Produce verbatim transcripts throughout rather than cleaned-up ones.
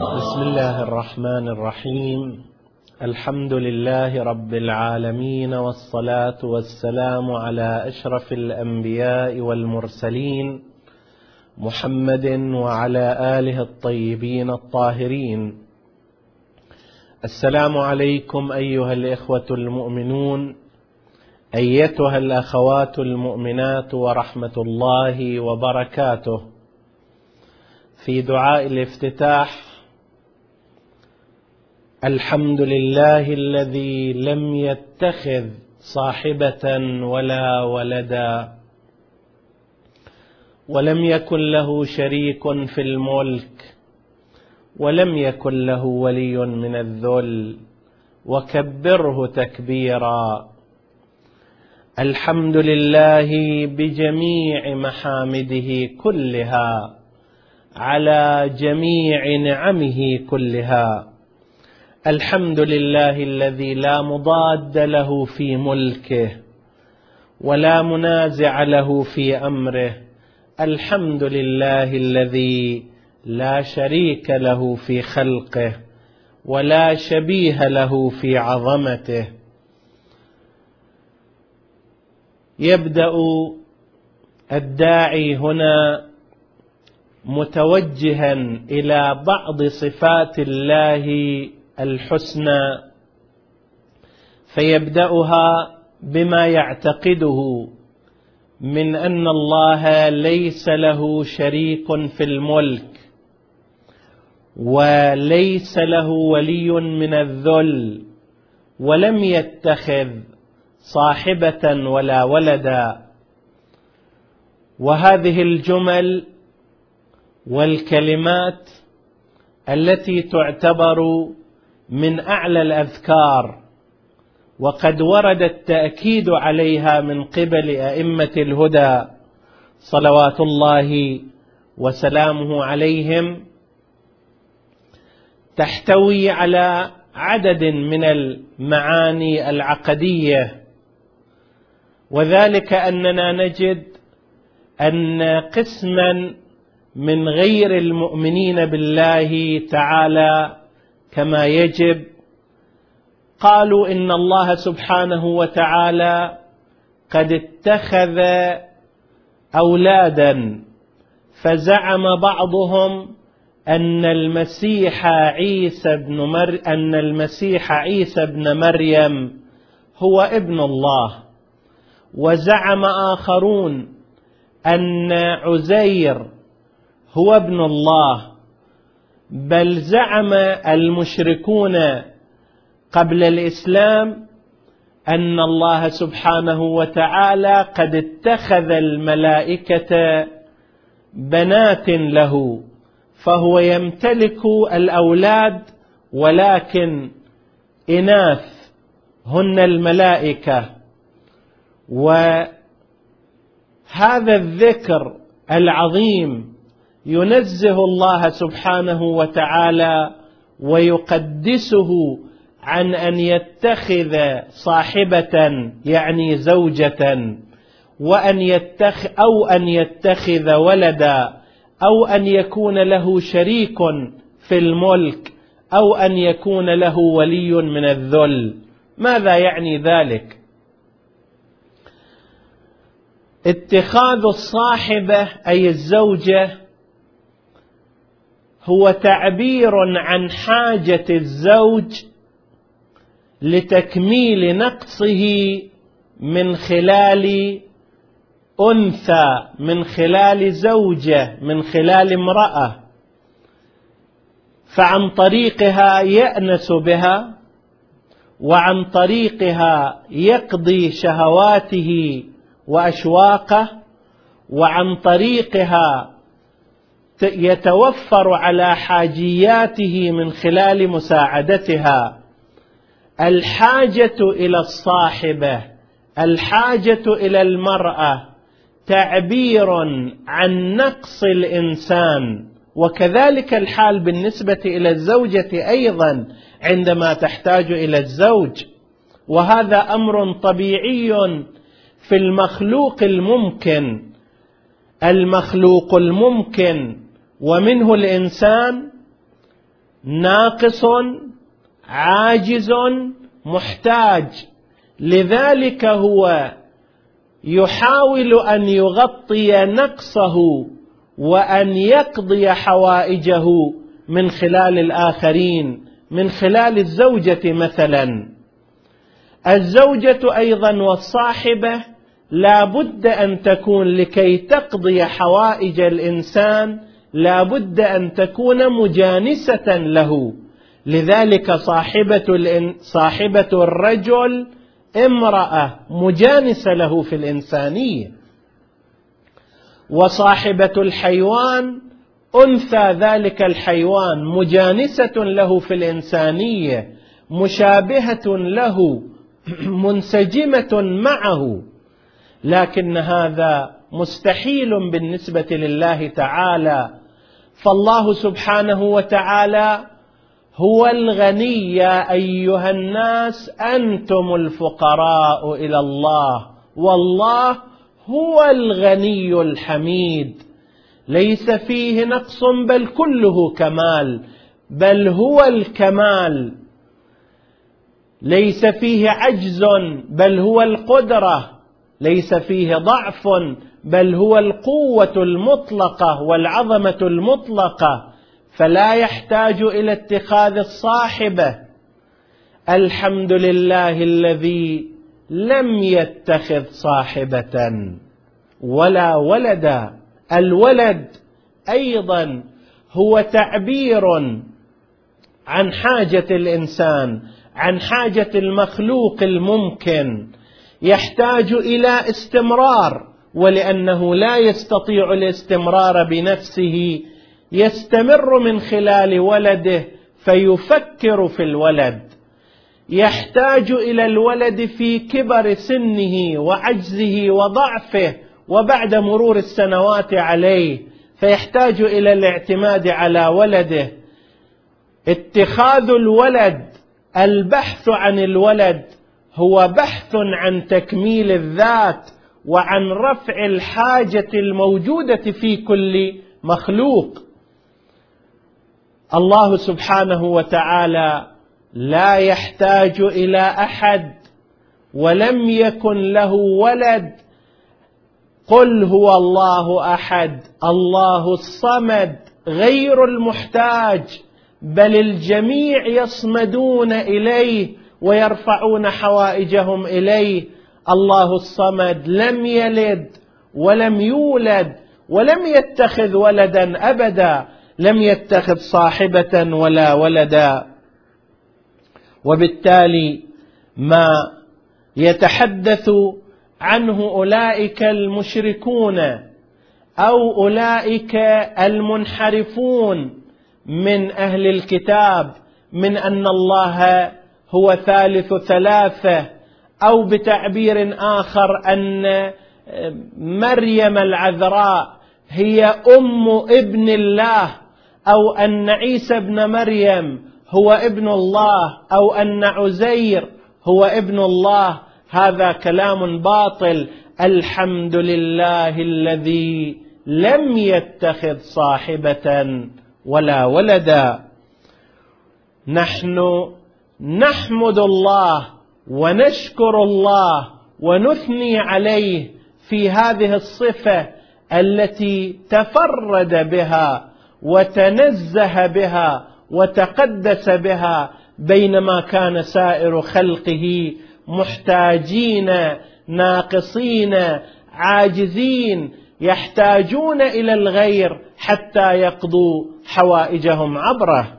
بسم الله الرحمن الرحيم. الحمد لله رب العالمين، والصلاة والسلام على أشرف الأنبياء والمرسلين محمد وعلى آله الطيبين الطاهرين. السلام عليكم أيها الإخوة المؤمنون، أيتها الأخوات المؤمنات، ورحمة الله وبركاته. في دعاء الافتتاح: الحمد لله الذي لم يتخذ صاحبة ولا ولدا، ولم يكن له شريك في الملك، ولم يكن له ولي من الذل، وكبره تكبيرا. الحمد لله بجميع محامده كلها، على جميع نعمه كلها. الحمد لله الذي لا مضاد له في ملكه، ولا منازع له في أمره. الحمد لله الذي لا شريك له في خلقه، ولا شبيه له في عظمته. يبدأ الداعي هنا متوجها إلى بعض صفات الله الحسنى، فيبدأها بما يعتقده من أن الله ليس له شريك في الملك، وليس له ولي من الذل، ولم يتخذ صاحبة ولا ولدا. وهذه الجمل والكلمات التي تعتبر من أعلى الأذكار، وقد ورد التأكيد عليها من قبل أئمة الهدى صلوات الله وسلامه عليهم، تحتوي على عدد من المعاني العقدية. وذلك أننا نجد أن قسما من غير المؤمنين بالله تعالى كما يجب قالوا إن الله سبحانه وتعالى قد اتخذ أولادا، فزعم بعضهم أن المسيح عيسى بن مر أن المسيح عيسى بن مريم هو ابن الله، وزعم آخرون أن عزير هو ابن الله. بل زعم المشركون قبل الإسلام أن الله سبحانه وتعالى قد اتخذ الملائكة بنات له، فهو يمتلك الأولاد ولكن إناث هن الملائكة. وهذا الذكر العظيم ينزه الله سبحانه وتعالى ويقدسه عن أن يتخذ صاحبة يعني زوجة، وأن يتخ أو أن يتخذ ولدا، أو أن يكون له شريك في الملك، أو أن يكون له ولي من الذل. ماذا يعني ذلك؟ اتخاذ الصاحبة أي الزوجة هو تعبير عن حاجة الزوج لتكميل نقصه من خلال أنثى، من خلال زوجة، من خلال امرأة، فعن طريقها يأنس بها، وعن طريقها يقضي شهواته وأشواقه، وعن طريقها يتوفر على حاجياته من خلال مساعدتها. الحاجة إلى الصاحبة، الحاجة إلى المرأة، تعبير عن نقص الإنسان، وكذلك الحال بالنسبة إلى الزوجة أيضا عندما تحتاج إلى الزوج. وهذا أمر طبيعي في المخلوق الممكن. المخلوق الممكن ومنه الإنسان ناقص عاجز محتاج، لذلك هو يحاول أن يغطي نقصه وأن يقضي حوائجه من خلال الآخرين، من خلال الزوجة مثلا. الزوجة أيضا والصاحبة لا بد أن تكون لكي تقضي حوائج الإنسان لا بد أن تكون مجانسة له، لذلك صاحبة, صاحبة الرجل امرأة مجانسة له في الإنسانية، وصاحبة الحيوان أنثى ذلك الحيوان مجانسة له في الإنسانية، مشابهة له، منسجمة معه، لكن هذا مستحيل بالنسبة لله تعالى. فالله سبحانه وتعالى هو الغني، يا أيها الناس أنتم الفقراء إلى الله والله هو الغني الحميد، ليس فيه نقص بل كله كمال، بل هو الكمال، ليس فيه عجز بل هو القدرة، ليس فيه ضعف بل هو القوة المطلقة والعظمة المطلقة، فلا يحتاج إلى اتخاذ الصاحبة. الحمد لله الذي لم يتخذ صاحبة ولا ولدا. الولد أيضا هو تعبير عن حاجة الإنسان، عن حاجة المخلوق الممكن، يحتاج إلى استمرار، ولأنه لا يستطيع الاستمرار بنفسه يستمر من خلال ولده فيفكر في الولد، يحتاج إلى الولد في كبر سنه وعجزه وضعفه وبعد مرور السنوات عليه، فيحتاج إلى الاعتماد على ولده. اتخاذ الولد، البحث عن الولد هو بحث عن تكميل الذات وعن رفع الحاجة الموجودة في كل مخلوق. الله سبحانه وتعالى لا يحتاج إلى أحد ولم يكن له ولد. قل هو الله أحد الله الصمد، غير المحتاج، بل الجميع يصمدون إليه ويرفعون حوائجهم إليه. الله الصمد لم يلد ولم يولد ولم يتخذ ولدا أبدا، لم يتخذ صاحبة ولا ولدا. وبالتالي ما يتحدث عنه أولئك المشركون أو أولئك المنحرفون من أهل الكتاب من أن الله هو ثالث ثلاثة، أو بتعبير آخر أن مريم العذراء هي أم ابن الله، أو أن عيسى ابن مريم هو ابن الله، أو أن عزير هو ابن الله، هذا كلام باطل. الحمد لله الذي لم يتخذ صاحبة ولا ولدا. نحن نحمد الله ونشكر الله ونثني عليه في هذه الصفة التي تفرد بها وتنزه بها وتقدس بها، بينما كان سائر خلقه محتاجين ناقصين عاجزين يحتاجون إلى الغير حتى يقضوا حوائجهم عبره.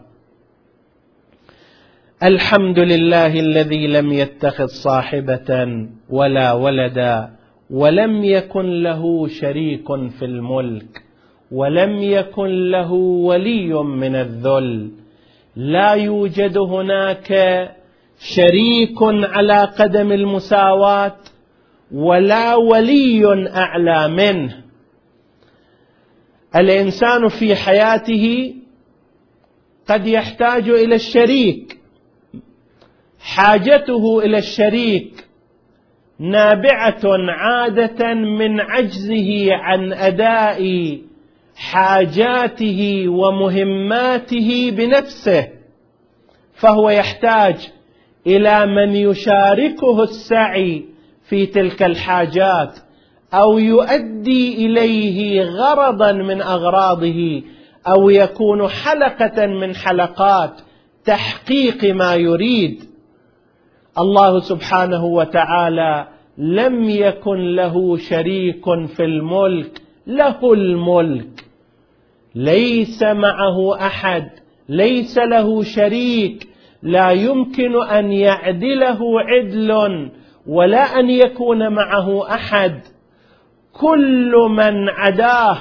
الحمد لله الذي لم يتخذ صاحبة ولا ولدا ولم يكن له شريك في الملك ولم يكن له ولي من الذل. لا يوجد هناك شريك على قدم المساواة ولا ولي أعلى منه. الإنسان في حياته قد يحتاج إلى الشريك، حاجته إلى الشريك نابعة عادة من عجزه عن أداء حاجاته ومهماته بنفسه، فهو يحتاج إلى من يشاركه السعي في تلك الحاجات أو يؤدي إليه غرضا من أغراضه، أو يكون حلقة من حلقات تحقيق ما يريد. الله سبحانه وتعالى لم يكن له شريك في الملك، له الملك، ليس معه أحد، ليس له شريك، لا يمكن أن يعدله عدل ولا أن يكون معه أحد. كل من عداه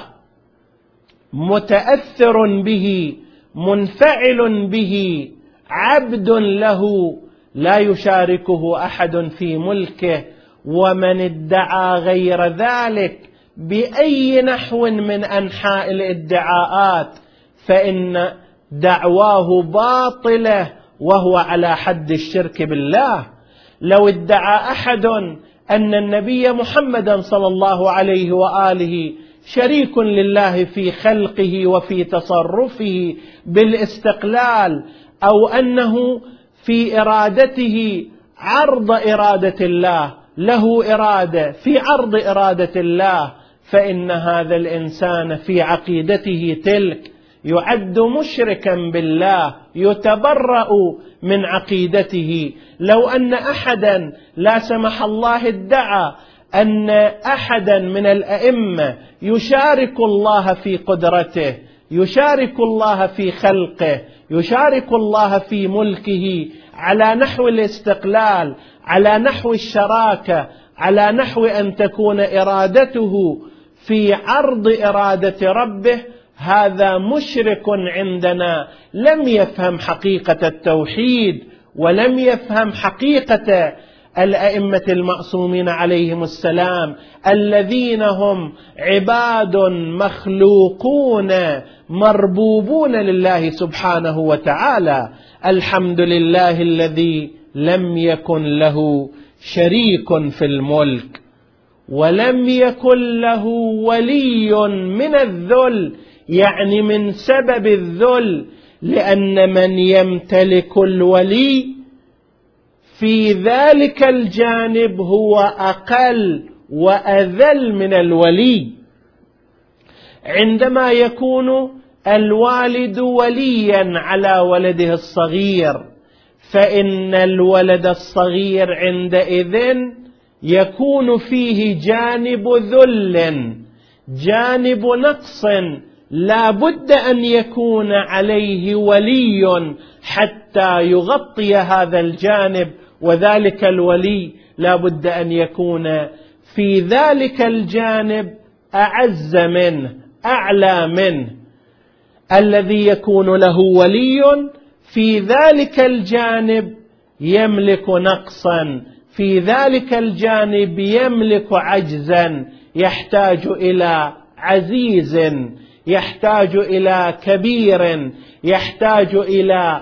متأثر به، منفعل به، عبد له، لا يشاركه أحد في ملكه. ومن ادعى غير ذلك بأي نحو من أنحاء الادعاءات فإن دعواه باطلة وهو على حد الشرك بالله. لو ادعى أحد أن النبي محمدا صلى الله عليه وآله شريك لله في خلقه وفي تصرفه بالاستقلال، أو أنه في إرادته عرض إرادة الله، له إرادة في عرض إرادة الله، فإن هذا الإنسان في عقيدته تلك يعد مشركا بالله، يتبرأ من عقيدته. لو أن أحدا لا سمح الله ادعى أن أحدا من الأئمة يشارك الله في قدرته، يشارك الله في خلقه، يشارك الله في ملكه على نحو الاستقلال، على نحو الشراكة، على نحو أن تكون إرادته في عرض إرادة ربه، هذا مشرك عندنا، لم يفهم حقيقة التوحيد ولم يفهم حقيقة الأئمة المعصومين عليهم السلام، الذين هم عباد مخلوقون مربوبون لله سبحانه وتعالى. الحمد لله الذي لم يكن له شريك في الملك ولم يكن له ولي من الذل، يعني من سبب الذل، لأن من يمتلك الولي في ذلك الجانب هو أقل وأذل من الولي. عندما يكون الوالد وليا على ولده الصغير، فإن الولد الصغير عندئذ يكون فيه جانب ذل، جانب نقص، لا بد أن يكون عليه ولي حتى يغطي هذا الجانب، وذلك الولي لا بد أن يكون في ذلك الجانب أعز منه، أعلى منه. الذي يكون له ولي في ذلك الجانب يملك نقصا، في ذلك الجانب يملك عجزا، يحتاج إلى عزيز، يحتاج إلى كبير، يحتاج إلى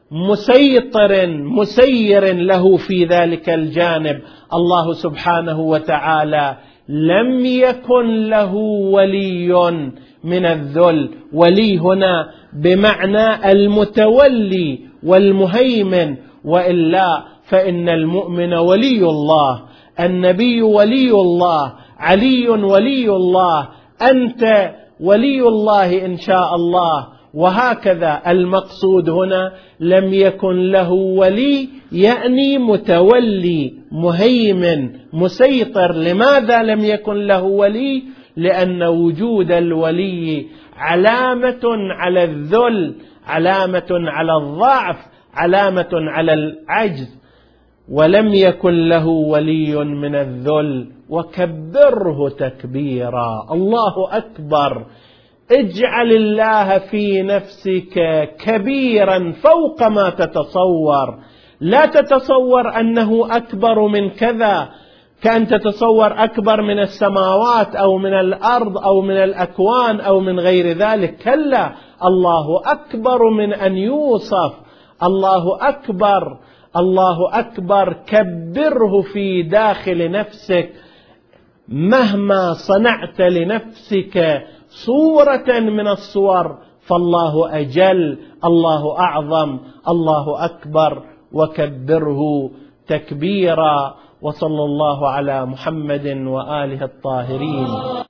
مسيطر مسير له في ذلك الجانب. الله سبحانه وتعالى لم يكن له ولي من الذل. ولي هنا بمعنى المتولي والمهيمن، وإلا فإن المؤمن ولي الله، النبي ولي الله، علي ولي الله، أنت ولي الله إن شاء الله. وهكذا المقصود هنا لم يكن له ولي، يعني متولي مهيمن مسيطر. لماذا لم يكن له ولي؟ لأن وجود الولي علامة على الذل، علامة على الضعف، علامة على العجز. ولم يكن له ولي من الذل. وكبره تكبيرا. الله أكبر. اجعل الله في نفسك كبيرا فوق ما تتصور. لا تتصور أنه أكبر من كذا، كأن تتصور أكبر من السماوات أو من الأرض أو من الأكوان أو من غير ذلك. كلا، الله أكبر من أن يوصف. الله أكبر، الله أكبر. كبره في داخل نفسك. مهما صنعت لنفسك صورة من الصور، فالله أجل، الله أعظم، الله أكبر، وكبره تكبيرا. وصلى الله على محمد وآله الطاهرين.